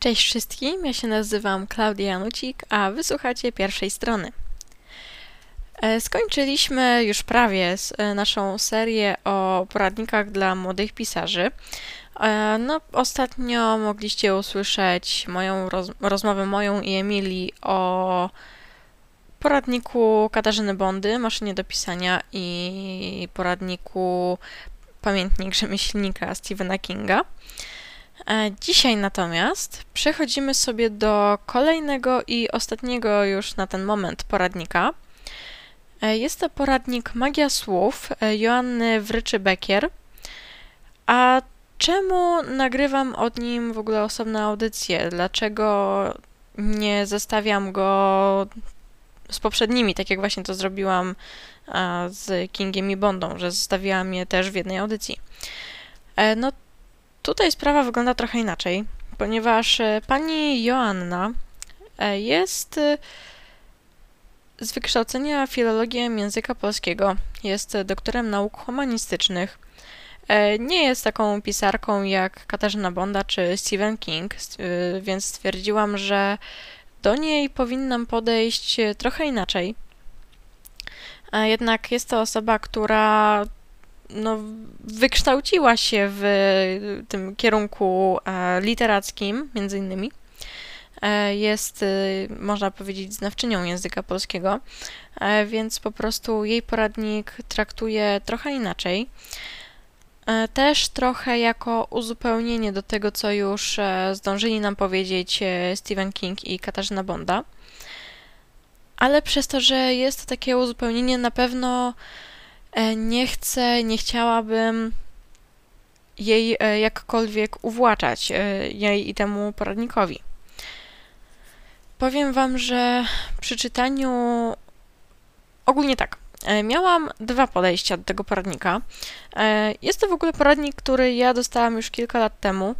Cześć wszystkim, ja się nazywam Klaudia Janucik, a wysłuchacie pierwszej strony. Skończyliśmy już prawie naszą serię o poradnikach dla młodych pisarzy. Ostatnio mogliście usłyszeć rozmowę moją i Emilii o poradniku Katarzyny Bondy, maszynie do pisania i poradniku Pamiętnik rzemieślnika Stephena Kinga. Dzisiaj natomiast przechodzimy sobie do kolejnego i ostatniego już na ten moment poradnika. Jest to poradnik Magia Słów Joanny Wryczy-Bekier. A czemu nagrywam od nim w ogóle osobne audycje? Dlaczego nie zestawiam go z poprzednimi, tak jak właśnie to zrobiłam z Kingiem i Bondą, że zestawiłam je też w jednej audycji? Tutaj sprawa wygląda trochę inaczej, ponieważ pani Joanna jest z wykształcenia filologiem języka polskiego, jest doktorem nauk humanistycznych. Nie jest taką pisarką jak Katarzyna Bonda czy Stephen King, więc stwierdziłam, że do niej powinnam podejść trochę inaczej. Jednak jest to osoba, która wykształciła się w tym kierunku literackim, między innymi. Jest, można powiedzieć, znawczynią języka polskiego, więc po prostu jej poradnik traktuje trochę inaczej. Też trochę jako uzupełnienie do tego, co już zdążyli nam powiedzieć Stephen King i Katarzyna Bonda. Ale przez to, że jest to takie uzupełnienie, na pewno nie chciałabym jej jakkolwiek uwłaczać, jej i temu poradnikowi. Powiem wam, że przy czytaniu ogólnie tak, miałam dwa podejścia do tego poradnika. Jest to w ogóle poradnik, który ja dostałam już kilka lat temu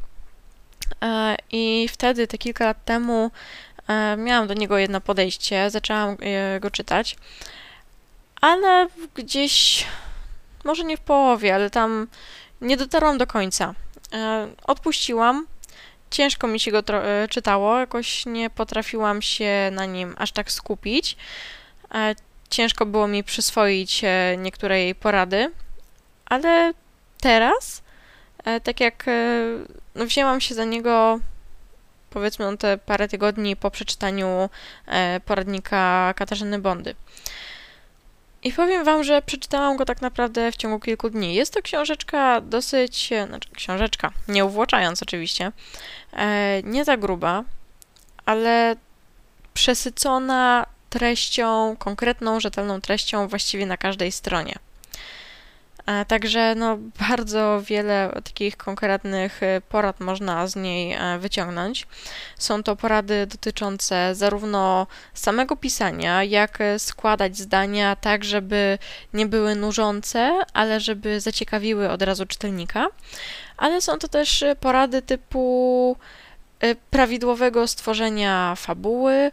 i wtedy, te kilka lat temu, miałam do niego jedno podejście, zaczęłam go czytać, ale gdzieś, może nie w połowie, ale tam nie dotarłam do końca. Odpuściłam, ciężko mi się go czytało, jakoś nie potrafiłam się na nim aż tak skupić. Ciężko było mi przyswoić niektóre jej porady, ale teraz, tak jak wzięłam się za niego, powiedzmy, te parę tygodni po przeczytaniu poradnika Katarzyny Bondy. I powiem wam, że przeczytałam go tak naprawdę w ciągu kilku dni. Jest to książeczka dosyć, książeczka, nie uwłaczając oczywiście, nie za gruba, ale przesycona treścią, konkretną, rzetelną treścią właściwie na każdej stronie. Także bardzo wiele takich konkretnych porad można z niej wyciągnąć. Są to porady dotyczące zarówno samego pisania, jak składać zdania tak, żeby nie były nużące, ale żeby zaciekawiły od razu czytelnika. Ale są to też porady typu prawidłowego stworzenia fabuły,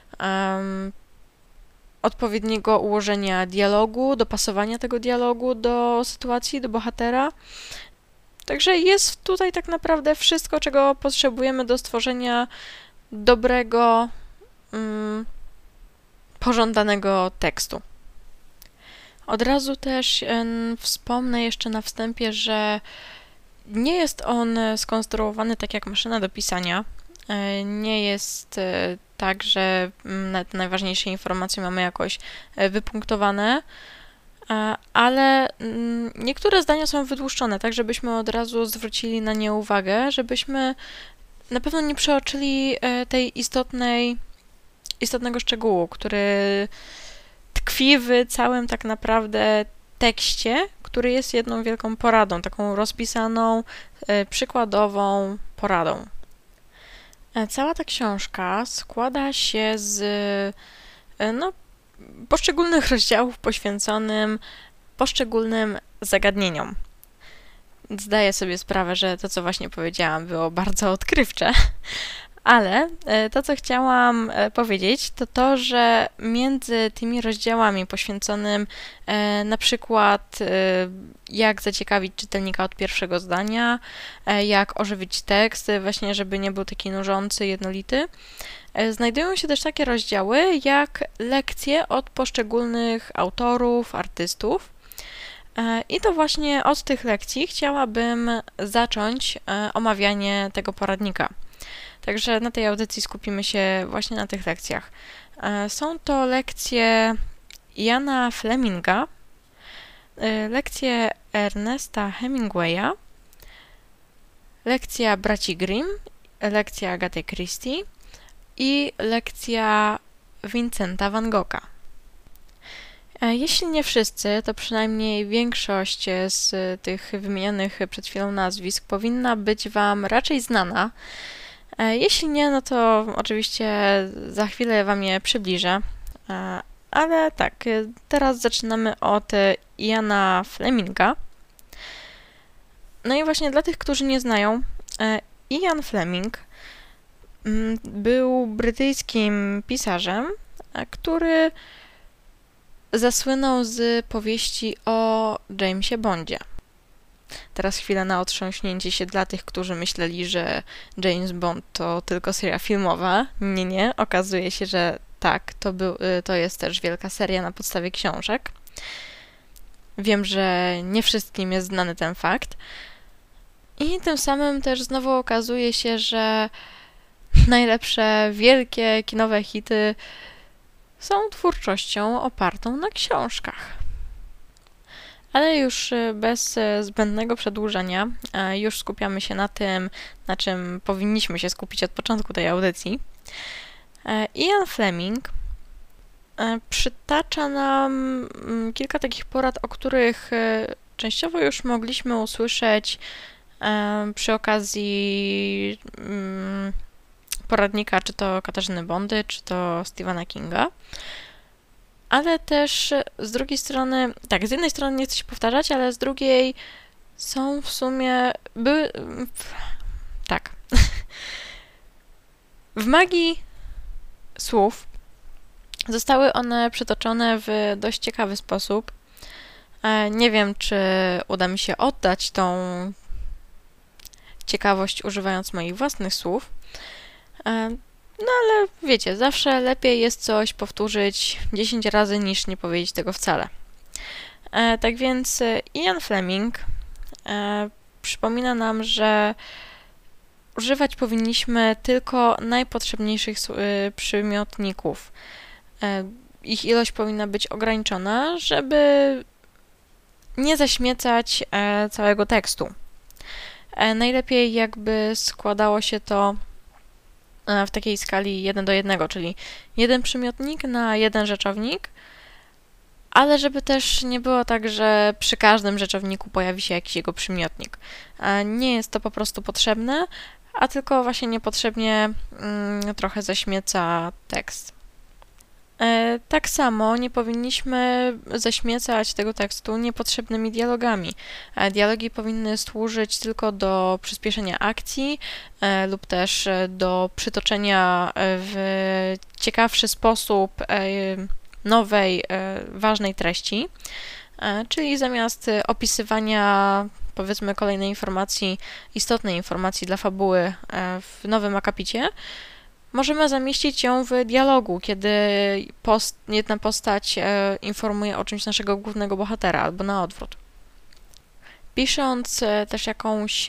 odpowiedniego ułożenia dialogu, dopasowania tego dialogu do sytuacji, do bohatera. Także jest tutaj tak naprawdę wszystko, czego potrzebujemy do stworzenia dobrego, pożądanego tekstu. Od razu też wspomnę jeszcze na wstępie, że nie jest on skonstruowany tak jak maszyna do pisania. Nie jest tak, że te najważniejsze informacje mamy jakoś wypunktowane, ale niektóre zdania są wydłużone, tak żebyśmy od razu zwrócili na nie uwagę, żebyśmy na pewno nie przeoczyli tej istotnego szczegółu, który tkwi w całym tak naprawdę tekście, który jest jedną wielką poradą, taką rozpisaną, przykładową poradą. Cała ta książka składa się z poszczególnych rozdziałów poświęconym poszczególnym zagadnieniom. Zdaję sobie sprawę, że to, co właśnie powiedziałam, było bardzo odkrywcze, Ale to, co chciałam powiedzieć, to to, że między tymi rozdziałami poświęconym na przykład jak zaciekawić czytelnika od pierwszego zdania, jak ożywić tekst, właśnie żeby nie był taki nużący, jednolity, znajdują się też takie rozdziały jak lekcje od poszczególnych autorów, artystów. I to właśnie od tych lekcji chciałabym zacząć omawianie tego poradnika. Także na tej audycji skupimy się właśnie na tych lekcjach. Są to lekcje Iana Fleminga, lekcje Ernesta Hemingwaya, lekcja braci Grimm, lekcja Agaty Christie i lekcja Vincenta van Gogha. Jeśli nie wszyscy, to przynajmniej większość z tych wymienionych przed chwilą nazwisk powinna być Wam raczej znana. Jeśli nie, no to oczywiście za chwilę Wam je przybliżę. Ale tak, teraz zaczynamy od Iana Fleminga. No i właśnie dla tych, którzy nie znają, Ian Fleming był brytyjskim pisarzem, który zasłynął z powieści o Jamesie Bondzie. Teraz chwilę na otrząśnięcie się dla tych, którzy myśleli, że James Bond to tylko seria filmowa. Nie, okazuje się, że tak, to jest też wielka seria na podstawie książek. Wiem, że nie wszystkim jest znany ten fakt. I tym samym też znowu okazuje się, że najlepsze wielkie kinowe hity są twórczością opartą na książkach. Ale już bez zbędnego przedłużania, już skupiamy się na tym, na czym powinniśmy się skupić od początku tej audycji. Ian Fleming przytacza nam kilka takich porad, o których częściowo już mogliśmy usłyszeć przy okazji poradnika, czy to Katarzyny Bondy, czy to Stephena Kinga. Ale też z drugiej strony, tak, z jednej strony nie chcę się powtarzać, ale z drugiej są w sumie, tak. W magii słów zostały one przytoczone w dość ciekawy sposób. Nie wiem, czy uda mi się oddać tą ciekawość używając moich własnych słów. No ale wiecie, zawsze lepiej jest coś powtórzyć 10 razy niż nie powiedzieć tego wcale. Tak więc Ian Fleming przypomina nam, że używać powinniśmy tylko najpotrzebniejszych przymiotników. Ich ilość powinna być ograniczona, żeby nie zaśmiecać całego tekstu. Najlepiej jakby składało się to w takiej skali 1:1, czyli jeden przymiotnik na jeden rzeczownik, ale żeby też nie było tak, że przy każdym rzeczowniku pojawi się jakiś jego przymiotnik. Nie jest to po prostu potrzebne, a tylko właśnie niepotrzebnie trochę zaśmieca tekst. Tak samo nie powinniśmy zaśmiecać tego tekstu niepotrzebnymi dialogami. Dialogi powinny służyć tylko do przyspieszenia akcji lub też do przytoczenia w ciekawszy sposób nowej, ważnej treści, czyli zamiast opisywania powiedzmy kolejnej informacji, istotnej informacji dla fabuły w nowym akapicie, możemy zamieścić ją w dialogu, kiedy jedna postać informuje o czymś naszego głównego bohatera, albo na odwrót. Pisząc też jakąś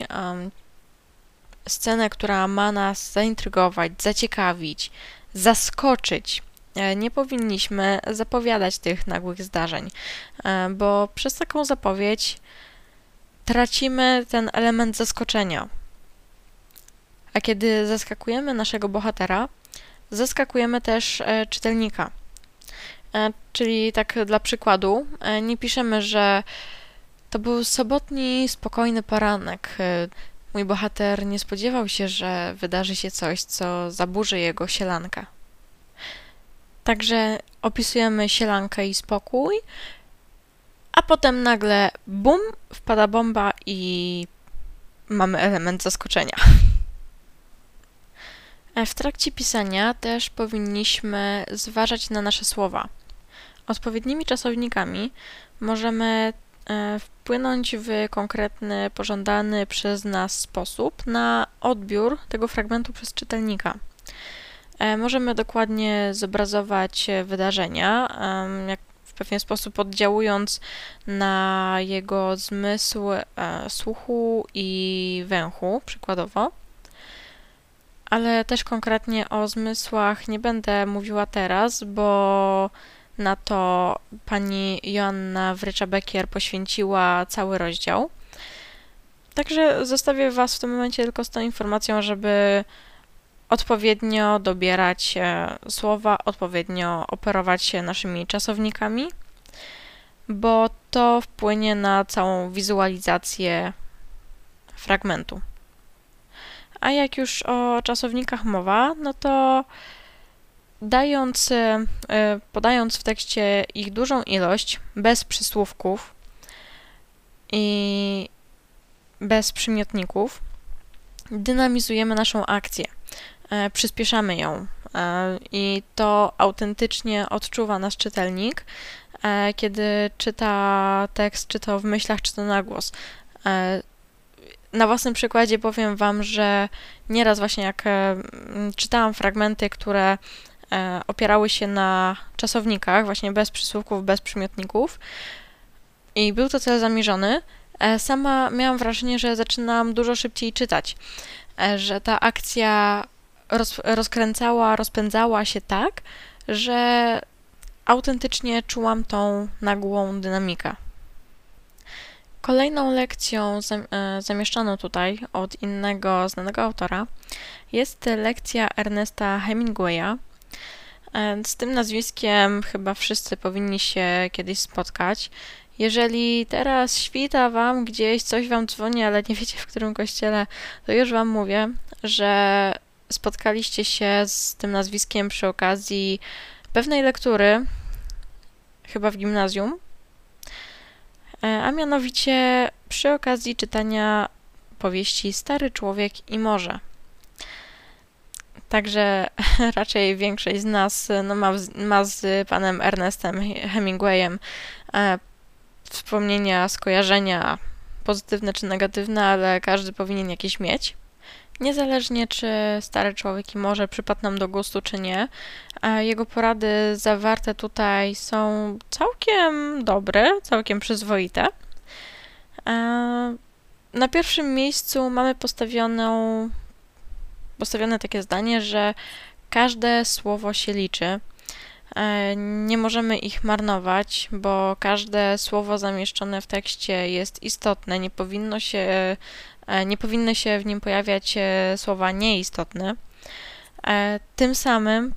scenę, która ma nas zaintrygować, zaciekawić, zaskoczyć, nie powinniśmy zapowiadać tych nagłych zdarzeń, bo przez taką zapowiedź tracimy ten element zaskoczenia. A kiedy zaskakujemy naszego bohatera, zaskakujemy też czytelnika. Czyli tak dla przykładu, nie piszemy, że to był sobotni, spokojny poranek. Mój bohater nie spodziewał się, że wydarzy się coś, co zaburzy jego sielankę. Także opisujemy sielankę i spokój, a potem nagle bum, wpada bomba i mamy element zaskoczenia. W trakcie pisania też powinniśmy zważać na nasze słowa. Odpowiednimi czasownikami możemy wpłynąć w konkretny, pożądany przez nas sposób na odbiór tego fragmentu przez czytelnika. Możemy dokładnie zobrazować wydarzenia, w pewien sposób oddziałując na jego zmysł słuchu i węchu, przykładowo. Ale też konkretnie o zmysłach nie będę mówiła teraz, bo na to pani Joanna Wrycza-Bekier poświęciła cały rozdział. Także zostawię Was w tym momencie tylko z tą informacją, żeby odpowiednio dobierać słowa, odpowiednio operować się naszymi czasownikami, bo to wpłynie na całą wizualizację fragmentu. A jak już o czasownikach mowa, no to podając w tekście ich dużą ilość, bez przysłówków i bez przymiotników, dynamizujemy naszą akcję, przyspieszamy ją i to autentycznie odczuwa nasz czytelnik, kiedy czyta tekst, czy to w myślach, czy to na głos. Na własnym przykładzie powiem Wam, że nieraz właśnie jak czytałam fragmenty, które opierały się na czasownikach, właśnie bez przysłówków, bez przymiotników i był to cel zamierzony, sama miałam wrażenie, że zaczynam dużo szybciej czytać, że ta akcja rozpędzała się tak, że autentycznie czułam tą nagłą dynamikę. Kolejną lekcją zamieszczoną tutaj od innego znanego autora jest lekcja Ernesta Hemingwaya. Z tym nazwiskiem chyba wszyscy powinni się kiedyś spotkać. Jeżeli teraz świta Wam gdzieś, coś Wam dzwoni, ale nie wiecie w którym kościele, to już Wam mówię, że spotkaliście się z tym nazwiskiem przy okazji pewnej lektury, chyba w gimnazjum, a mianowicie przy okazji czytania powieści Stary człowiek i morze. Także raczej większość z nas ma z panem Ernestem Hemingwayem wspomnienia, skojarzenia pozytywne czy negatywne, ale każdy powinien jakieś mieć. Niezależnie czy Stary człowiek i morze przypadł nam do gustu czy nie, jego porady zawarte tutaj są całkiem dobre, całkiem przyzwoite. Na pierwszym miejscu mamy postawione takie zdanie, że każde słowo się liczy. Nie możemy ich marnować, bo każde słowo zamieszczone w tekście jest istotne. Nie powinny się w nim pojawiać słowa nieistotne. Tym samym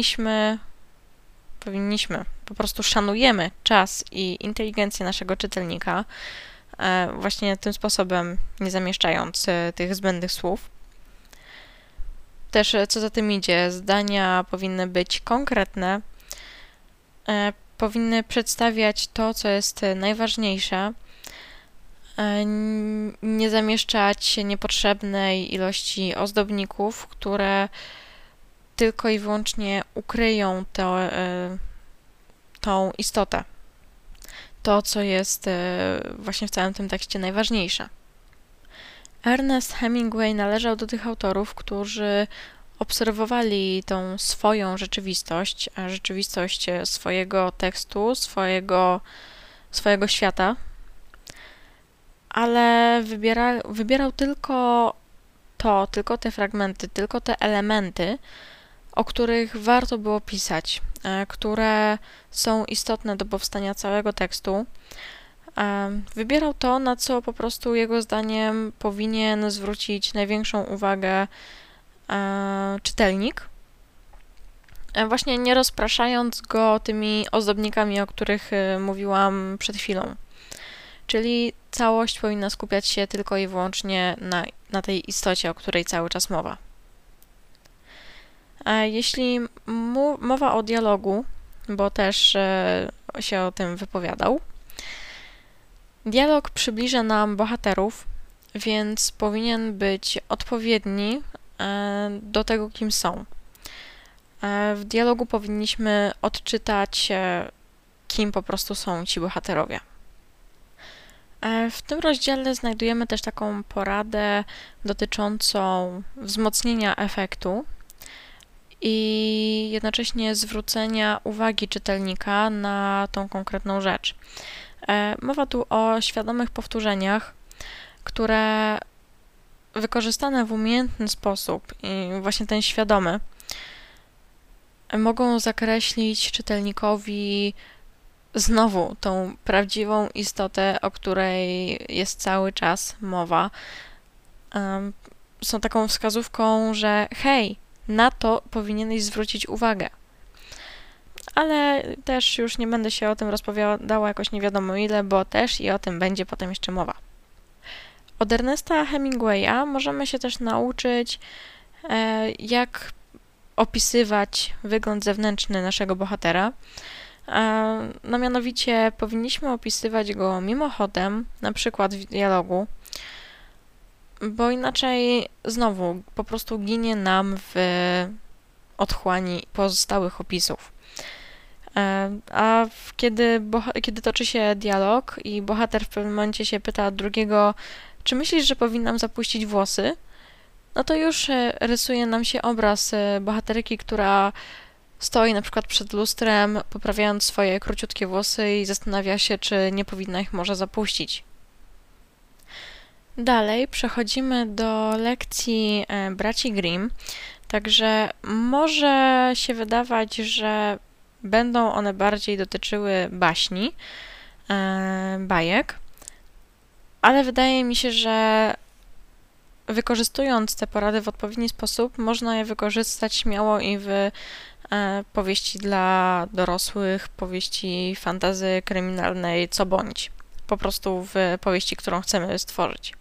po prostu szanujemy czas i inteligencję naszego czytelnika, właśnie tym sposobem, nie zamieszczając tych zbędnych słów. Też, co za tym idzie, zdania powinny być konkretne, powinny przedstawiać to, co jest najważniejsze, nie zamieszczać niepotrzebnej ilości ozdobników, które tylko i wyłącznie ukryją tą istotę, to, co jest właśnie w całym tym tekście najważniejsze. Ernest Hemingway należał do tych autorów, którzy obserwowali tą swoją rzeczywistość, rzeczywistość swojego tekstu, swojego świata, ale wybierał tylko te fragmenty, tylko te elementy, o których warto było pisać, które są istotne do powstania całego tekstu. Wybierał to, na co po prostu jego zdaniem powinien zwrócić największą uwagę czytelnik, właśnie nie rozpraszając go tymi ozdobnikami, o których mówiłam przed chwilą. Czyli całość powinna skupiać się tylko i wyłącznie na tej istocie, o której cały czas mowa. Jeśli mowa o dialogu, bo też się o tym wypowiadał, dialog przybliża nam bohaterów, więc powinien być odpowiedni do tego, kim są. W dialogu powinniśmy odczytać, kim po prostu są ci bohaterowie. W tym rozdziale znajdujemy też taką poradę dotyczącą wzmocnienia efektu i jednocześnie zwrócenia uwagi czytelnika na tą konkretną rzecz. Mowa tu o świadomych powtórzeniach, które wykorzystane w umiejętny sposób i właśnie ten świadomy mogą zakreślić czytelnikowi znowu tą prawdziwą istotę, o której jest cały czas mowa. Są taką wskazówką, że hej, na to powinieneś zwrócić uwagę. Ale też już nie będę się o tym rozpowiadała jakoś nie wiadomo ile, bo też i o tym będzie potem jeszcze mowa. Od Ernesta Hemingwaya możemy się też nauczyć, jak opisywać wygląd zewnętrzny naszego bohatera. No mianowicie powinniśmy opisywać go mimochodem, na przykład w dialogu, bo inaczej znowu po prostu ginie nam w otchłani pozostałych opisów. A kiedy toczy się dialog i bohater w pewnym momencie się pyta drugiego, czy myślisz, że powinnam zapuścić włosy? No to już rysuje nam się obraz bohaterki, która stoi na przykład przed lustrem, poprawiając swoje króciutkie włosy i zastanawia się, czy nie powinna ich może zapuścić. Dalej przechodzimy do lekcji braci Grimm, także może się wydawać, że będą one bardziej dotyczyły baśni, bajek, ale wydaje mi się, że wykorzystując te porady w odpowiedni sposób, można je wykorzystać śmiało i w powieści dla dorosłych, powieści fantasy kryminalnej, co bądź. Po prostu w powieści, którą chcemy stworzyć.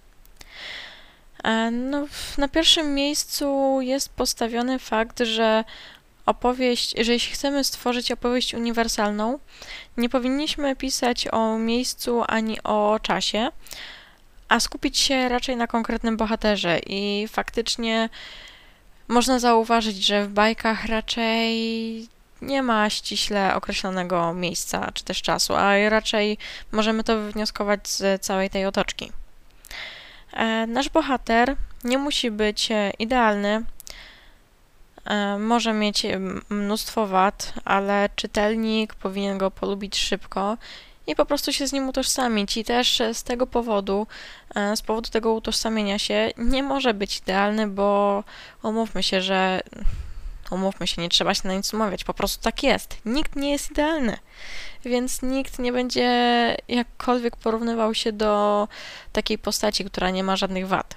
No, na pierwszym miejscu jest postawiony fakt, że jeśli chcemy stworzyć opowieść uniwersalną, nie powinniśmy pisać o miejscu ani o czasie, a skupić się raczej na konkretnym bohaterze i faktycznie można zauważyć, że w bajkach raczej nie ma ściśle określonego miejsca czy też czasu, a raczej możemy to wywnioskować z całej tej otoczki. Nasz bohater nie musi być idealny, może mieć mnóstwo wad, ale czytelnik powinien go polubić szybko i po prostu się z nim utożsamić. I też z tego powodu, z powodu tego utożsamienia się, nie może być idealny, bo umówmy się, nie trzeba się na nic umawiać, po prostu tak jest. Nikt nie jest idealny, więc nikt nie będzie jakkolwiek porównywał się do takiej postaci, która nie ma żadnych wad.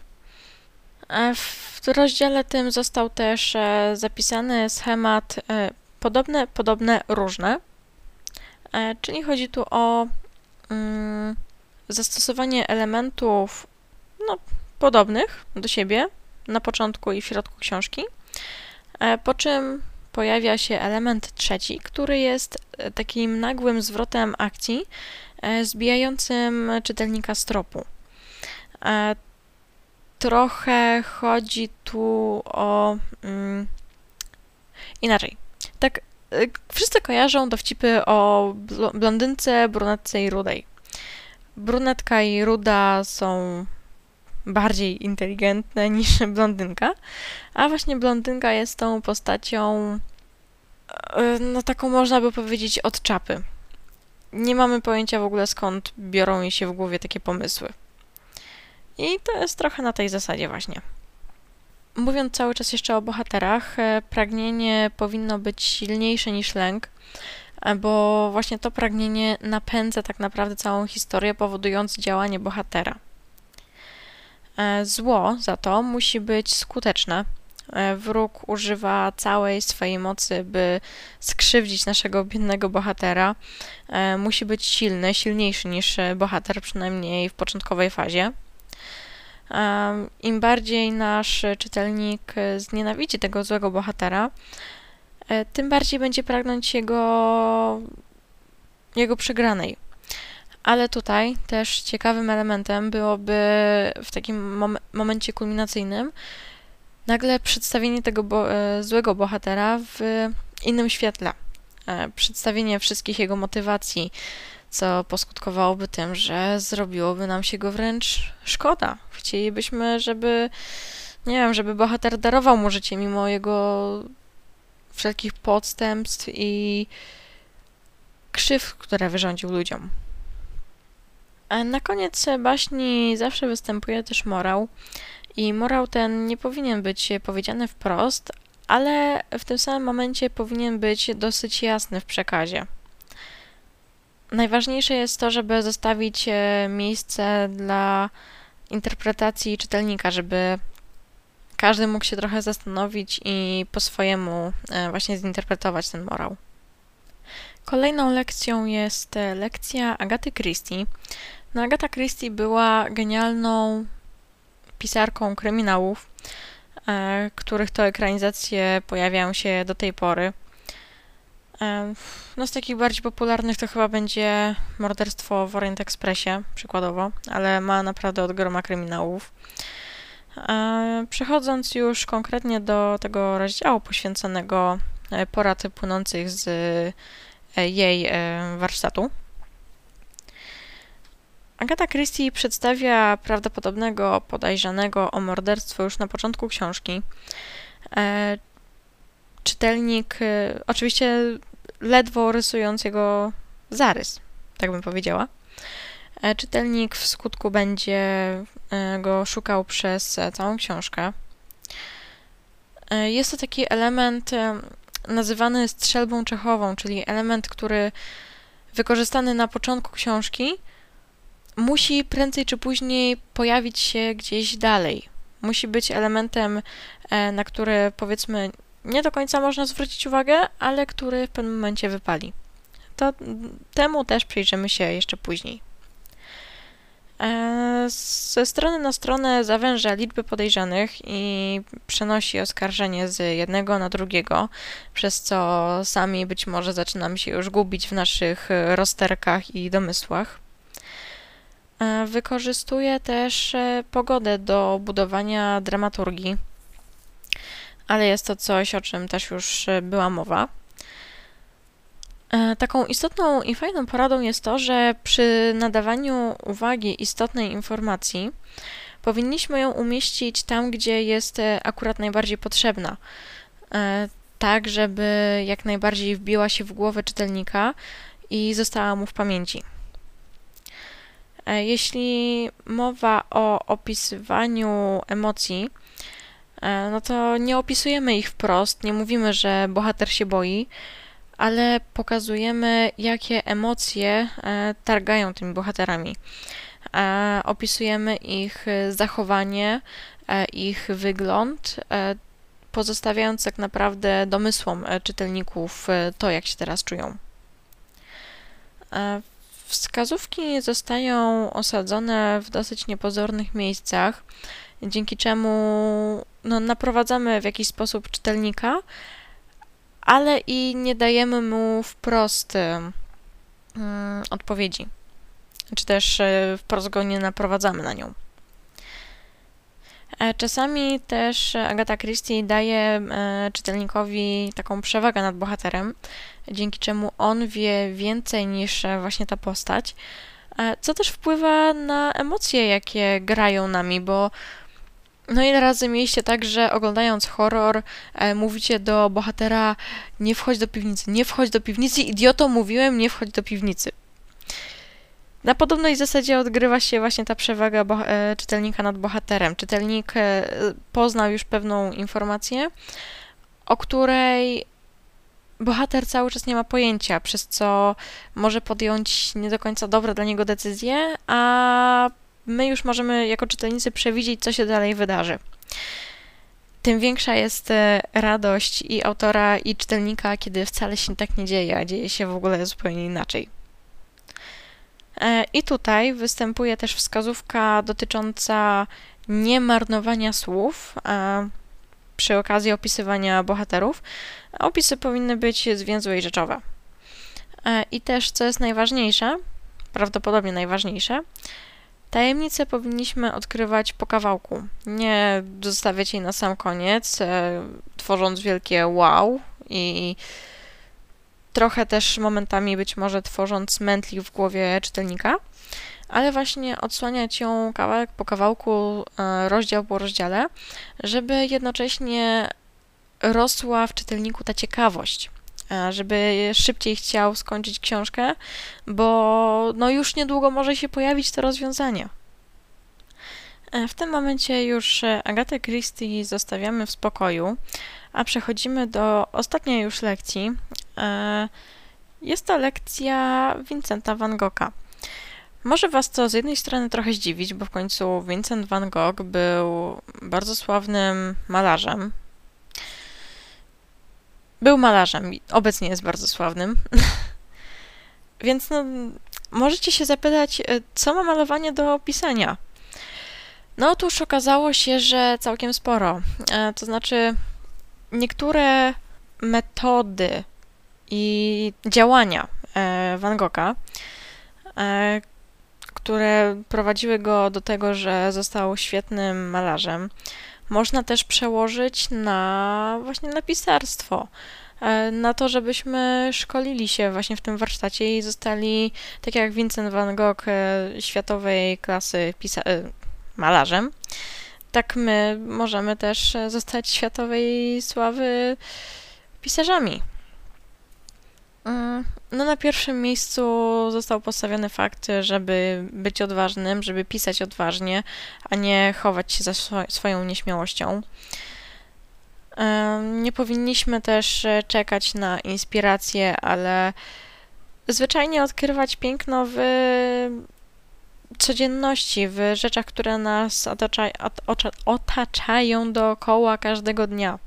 W rozdziale tym został też zapisany schemat podobne, różne, czyli chodzi tu o zastosowanie elementów podobnych do siebie na początku i w środku książki, po czym pojawia się element trzeci, który jest takim nagłym zwrotem akcji, zbijającym czytelnika z tropu. Trochę chodzi tu o... inaczej. Tak, wszyscy kojarzą dowcipy o blondynce, brunetce i rudej. Brunetka i ruda są bardziej inteligentne niż blondynka, a właśnie blondynka jest tą postacią, no taką można by powiedzieć od czapy. Nie mamy pojęcia w ogóle skąd biorą jej się w głowie takie pomysły. I to jest trochę na tej zasadzie właśnie. Mówiąc cały czas jeszcze o bohaterach, pragnienie powinno być silniejsze niż lęk, bo właśnie to pragnienie napędza tak naprawdę całą historię, powodując działanie bohatera. Zło za to musi być skuteczne. Wróg używa całej swojej mocy, by skrzywdzić naszego biednego bohatera. Musi być silny, silniejszy niż bohater, przynajmniej w początkowej fazie. Im bardziej nasz czytelnik znienawidzi tego złego bohatera, tym bardziej będzie pragnąć jego przegranej. Ale tutaj też ciekawym elementem byłoby w takim momencie kulminacyjnym nagle przedstawienie tego złego bohatera w innym świetle. Przedstawienie wszystkich jego motywacji, co poskutkowałoby tym, że zrobiłoby nam się go wręcz szkoda. Chcielibyśmy, żeby, nie wiem, żeby bohater darował mu życie mimo jego wszelkich podstępstw i krzywd, które wyrządził ludziom. A na koniec baśni zawsze występuje też morał i morał ten nie powinien być powiedziany wprost, ale w tym samym momencie powinien być dosyć jasny w przekazie. Najważniejsze jest to, żeby zostawić miejsce dla interpretacji czytelnika, żeby każdy mógł się trochę zastanowić i po swojemu właśnie zinterpretować ten morał. Kolejną lekcją jest lekcja Agaty Christie. No, Agata Christie była genialną pisarką kryminałów, których to ekranizacje pojawiają się do tej pory. No z takich bardziej popularnych to chyba będzie Morderstwo w Orient Expressie, przykładowo, ale ma naprawdę od groma kryminałów. Przechodząc już konkretnie do tego rozdziału poświęconego porad płynących z jej warsztatu, Agata Christie przedstawia prawdopodobnego podejrzanego o morderstwo już na początku książki. Czytelnik, oczywiście ledwo rysując jego zarys, tak bym powiedziała. Czytelnik w skutku będzie go szukał przez całą książkę. Jest to taki element nazywany strzelbą czechową, czyli element, który wykorzystany na początku książki musi prędzej czy później pojawić się gdzieś dalej. Musi być elementem, na który powiedzmy nie do końca można zwrócić uwagę, ale który w pewnym momencie wypali. To temu też przyjrzymy się jeszcze później. Ze strony na stronę zawęża liczby podejrzanych i przenosi oskarżenie z jednego na drugiego, przez co sami być może zaczynamy się już gubić w naszych rozterkach i domysłach. Wykorzystuje też pogodę do budowania dramaturgii, ale jest to coś, o czym też już była mowa. Taką istotną i fajną poradą jest to, że przy nadawaniu uwagi istotnej informacji powinniśmy ją umieścić tam, gdzie jest akurat najbardziej potrzebna, tak żeby jak najbardziej wbiła się w głowę czytelnika i została mu w pamięci. Jeśli mowa o opisywaniu emocji, no to nie opisujemy ich wprost, nie mówimy, że bohater się boi, ale pokazujemy, jakie emocje targają tymi bohaterami. Opisujemy ich zachowanie, ich wygląd, pozostawiając tak naprawdę domysłom czytelników to, jak się teraz czują. Wskazówki zostają osadzone w dosyć niepozornych miejscach, dzięki czemu naprowadzamy w jakiś sposób czytelnika, ale i nie dajemy mu wprost odpowiedzi, czy też wprost go nie naprowadzamy na nią. Czasami też Agata Christie daje czytelnikowi taką przewagę nad bohaterem, dzięki czemu on wie więcej niż właśnie ta postać, co też wpływa na emocje, jakie grają nami, bo ile razy mieliście tak, że oglądając horror mówicie do bohatera: nie wchodź do piwnicy, nie wchodź do piwnicy, idioto, mówiłem, nie wchodź do piwnicy. Na podobnej zasadzie odgrywa się właśnie ta przewaga czytelnika nad bohaterem. Czytelnik poznał już pewną informację, o której bohater cały czas nie ma pojęcia, przez co może podjąć nie do końca dobre dla niego decyzje, a my już możemy jako czytelnicy przewidzieć, co się dalej wydarzy. Tym większa jest radość i autora, i czytelnika, kiedy wcale się tak nie dzieje, a dzieje się w ogóle zupełnie inaczej. I tutaj występuje też wskazówka dotycząca niemarnowania słów przy okazji opisywania bohaterów. Opisy powinny być zwięzłe i rzeczowe. I też, co jest najważniejsze, prawdopodobnie najważniejsze, Tajemnicę powinniśmy odkrywać po kawałku, nie zostawiać jej na sam koniec, tworząc wielkie wow i trochę też momentami być może tworząc mętlik w głowie czytelnika, ale właśnie odsłaniać ją kawałek po kawałku, rozdział po rozdziale, żeby jednocześnie rosła w czytelniku ta ciekawość, żeby szybciej chciał skończyć książkę, bo no już niedługo może się pojawić to rozwiązanie. W tym momencie już Agatę Christie zostawiamy w spokoju, a przechodzimy do ostatniej już lekcji. Jest to lekcja Vincenta van Gogha. Może Was to z jednej strony trochę zdziwić, bo w końcu Vincent van Gogh był bardzo sławnym malarzem. Był malarzem i obecnie jest bardzo sławnym. Więc no, możecie się zapytać, co ma malowanie do pisania? No otóż okazało się, że całkiem sporo. To znaczy, niektóre metody i działania Van Gogha, które prowadziły go do tego, że został świetnym malarzem, można też przełożyć na właśnie na pisarstwo, na to, żebyśmy szkolili się właśnie w tym warsztacie i zostali, tak jak Vincent van Gogh, światowej klasy malarzem, tak my możemy też zostać światowej sławy pisarzami. No na pierwszym miejscu został postawiony fakt, żeby być odważnym, żeby pisać odważnie, a nie chować się za swoją nieśmiałością. Nie powinniśmy też czekać na inspirację, ale zwyczajnie odkrywać piękno w codzienności, w rzeczach, które nas otaczają dookoła każdego dnia.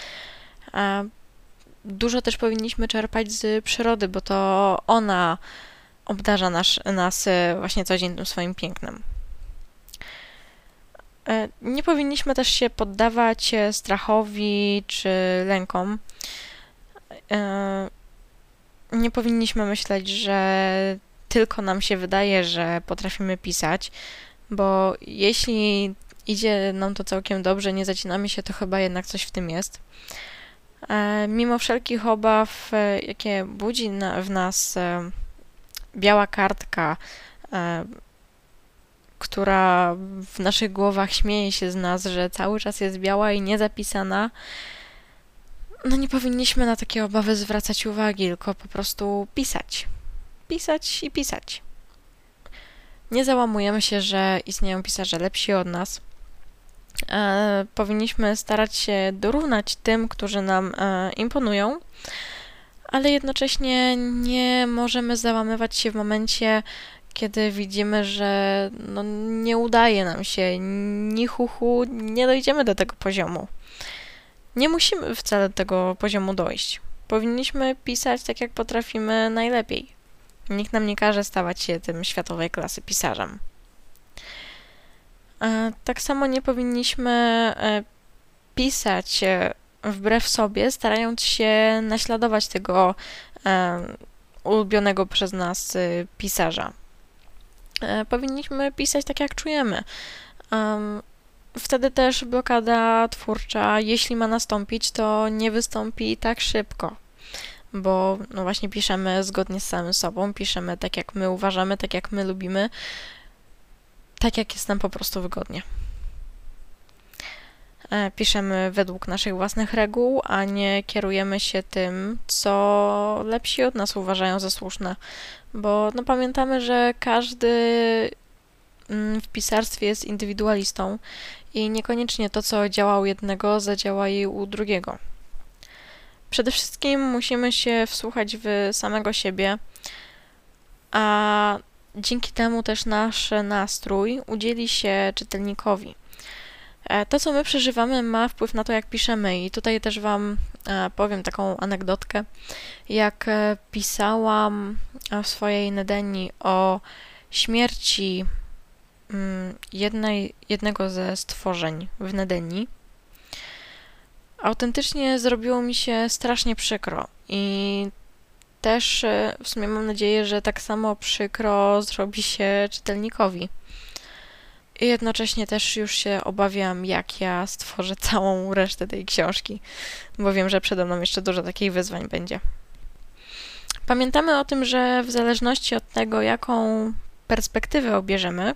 Dużo też powinniśmy czerpać z przyrody, bo to ona obdarza nas właśnie codziennym swoim pięknem. Nie powinniśmy też się poddawać strachowi czy lękom. Nie powinniśmy myśleć, że tylko nam się wydaje, że potrafimy pisać, bo jeśli idzie nam to całkiem dobrze, nie zacinamy się, to chyba jednak coś w tym jest. Mimo wszelkich obaw, jakie budzi w nas biała kartka, która w naszych głowach śmieje się z nas, że cały czas jest biała i niezapisana, no nie powinniśmy na takie obawy zwracać uwagi, tylko po prostu pisać. Pisać i pisać. Nie załamujemy się, że istnieją pisarze lepsi od nas. Powinniśmy starać się dorównać tym, którzy nam imponują, ale jednocześnie nie możemy załamywać się w momencie, kiedy widzimy, że no, nie udaje nam się, ni huhu, nie dojdziemy do tego poziomu. Nie musimy wcale do tego poziomu dojść. Powinniśmy pisać tak, jak potrafimy najlepiej. Nikt nam nie każe stawać się tym światowej klasy pisarzem. Tak samo nie powinniśmy pisać wbrew sobie, starając się naśladować tego ulubionego przez nas pisarza. Powinniśmy pisać tak, jak czujemy. Wtedy też blokada twórcza, jeśli ma nastąpić, to nie wystąpi tak szybko, bo no właśnie piszemy zgodnie z samym sobą, piszemy tak, jak my uważamy, tak, jak my lubimy, tak, jak jest nam po prostu wygodnie. Piszemy według naszych własnych reguł, a nie kierujemy się tym, co lepsi od nas uważają za słuszne, bo no, pamiętamy, że każdy w pisarstwie jest indywidualistą i niekoniecznie to, co działa u jednego, zadziała i u drugiego. Przede wszystkim musimy się wsłuchać w samego siebie, a dzięki temu też nasz nastrój udzieli się czytelnikowi. To, co my przeżywamy, ma wpływ na to, jak piszemy i tutaj też Wam powiem taką anegdotkę. Jak pisałam w swojej Nedenii o śmierci jednego ze stworzeń w Nedenii, autentycznie zrobiło mi się strasznie przykro i też w sumie mam nadzieję, że tak samo przykro zrobi się czytelnikowi. i jednocześnie też już się obawiam, jak ja stworzę całą resztę tej książki, bo wiem, że przede mną jeszcze dużo takich wyzwań będzie. Pamiętamy o tym, że w zależności od tego, jaką perspektywę obierzemy,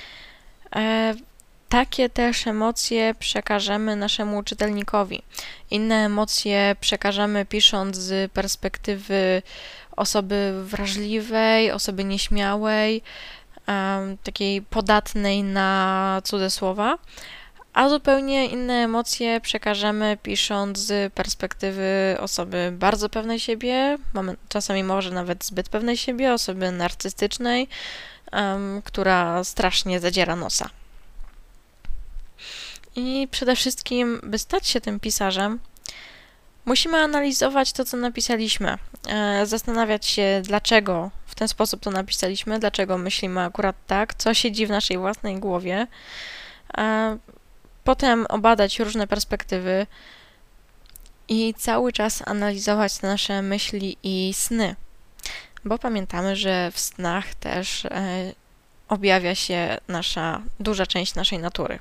takie też emocje przekażemy naszemu czytelnikowi. Inne emocje przekażemy pisząc z perspektywy osoby wrażliwej, osoby nieśmiałej, takiej podatnej na cudze słowa, a zupełnie inne emocje przekażemy pisząc z perspektywy osoby bardzo pewnej siebie, czasami może nawet zbyt pewnej siebie, osoby narcystycznej, która strasznie zadziera nosa. I przede wszystkim, by stać się tym pisarzem, musimy analizować to, co napisaliśmy, zastanawiać się, dlaczego w ten sposób to napisaliśmy, dlaczego myślimy akurat tak, co siedzi w naszej własnej głowie, potem obadać różne perspektywy i cały czas analizować te nasze myśli i sny, bo pamiętamy, że w snach też objawia się duża część naszej natury.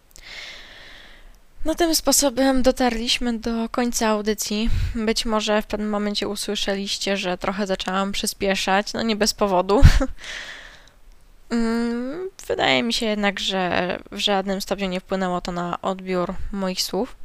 No tym sposobem dotarliśmy do końca audycji. Być może w pewnym momencie usłyszeliście, że trochę zaczęłam przyspieszać, no nie bez powodu. Wydaje mi się jednak, że w żadnym stopniu nie wpłynęło to na odbiór moich słów.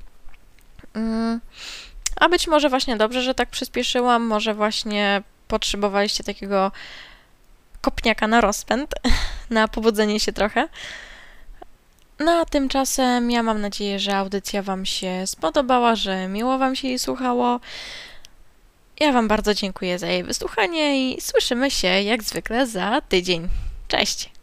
A być może właśnie dobrze, że tak przyspieszyłam, może właśnie potrzebowaliście takiego kopniaka na rozpęd, na pobudzenie się trochę. No a tymczasem ja mam nadzieję, że audycja Wam się spodobała, że miło Wam się jej słuchało. Ja Wam bardzo dziękuję za jej wysłuchanie i słyszymy się jak zwykle za tydzień. Cześć!